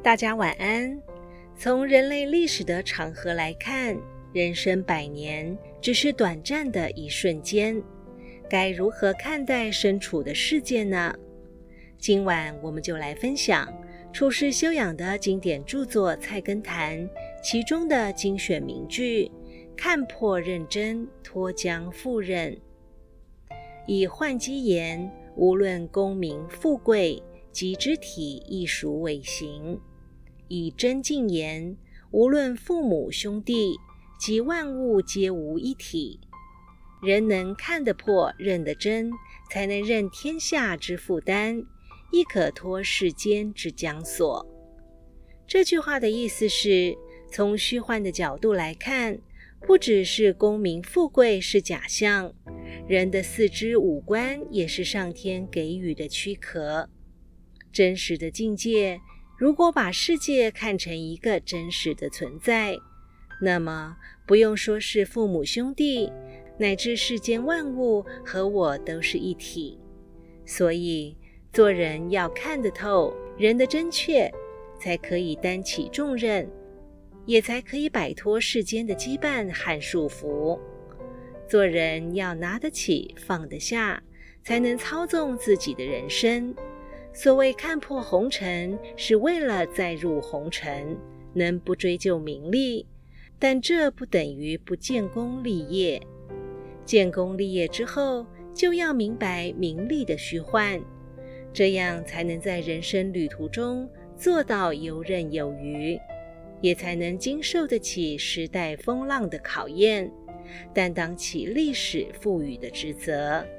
大家晚安。从人类历史的长河来看，人生100年只是短暂的一瞬间，该如何看待身处的世界呢？今晚我们就来分享处世修养的经典著作《菜根谭》其中的精选名句：看破认真，脱缰赴刃。以换机言，无论功名富贵，及肢体亦属伪行。以真境言，无论父母兄弟，及万物皆无一体。人能看得破认得真，才能任天下之负担，亦可脱世间之枷锁。这句话的意思是，从虚幻的角度来看，不只是功名富贵是假象，人的四肢五官也是上天给予的躯壳。真实的境界，如果把世界看成一个真实的存在，那么不用说是父母兄弟，乃至世间万物和我都是一体。所以做人要看得透人的真确，才可以担起重任，也才可以摆脱世间的羁绊和束缚。做人要拿得起放得下，才能操纵自己的人生。所谓看破红尘，是为了再入红尘，能不追究名利，但这不等于不建功立业。建功立业之后，就要明白名利的虚幻，这样才能在人生旅途中做到游刃有余，也才能经受得起时代风浪的考验，担当起历史赋予的职责。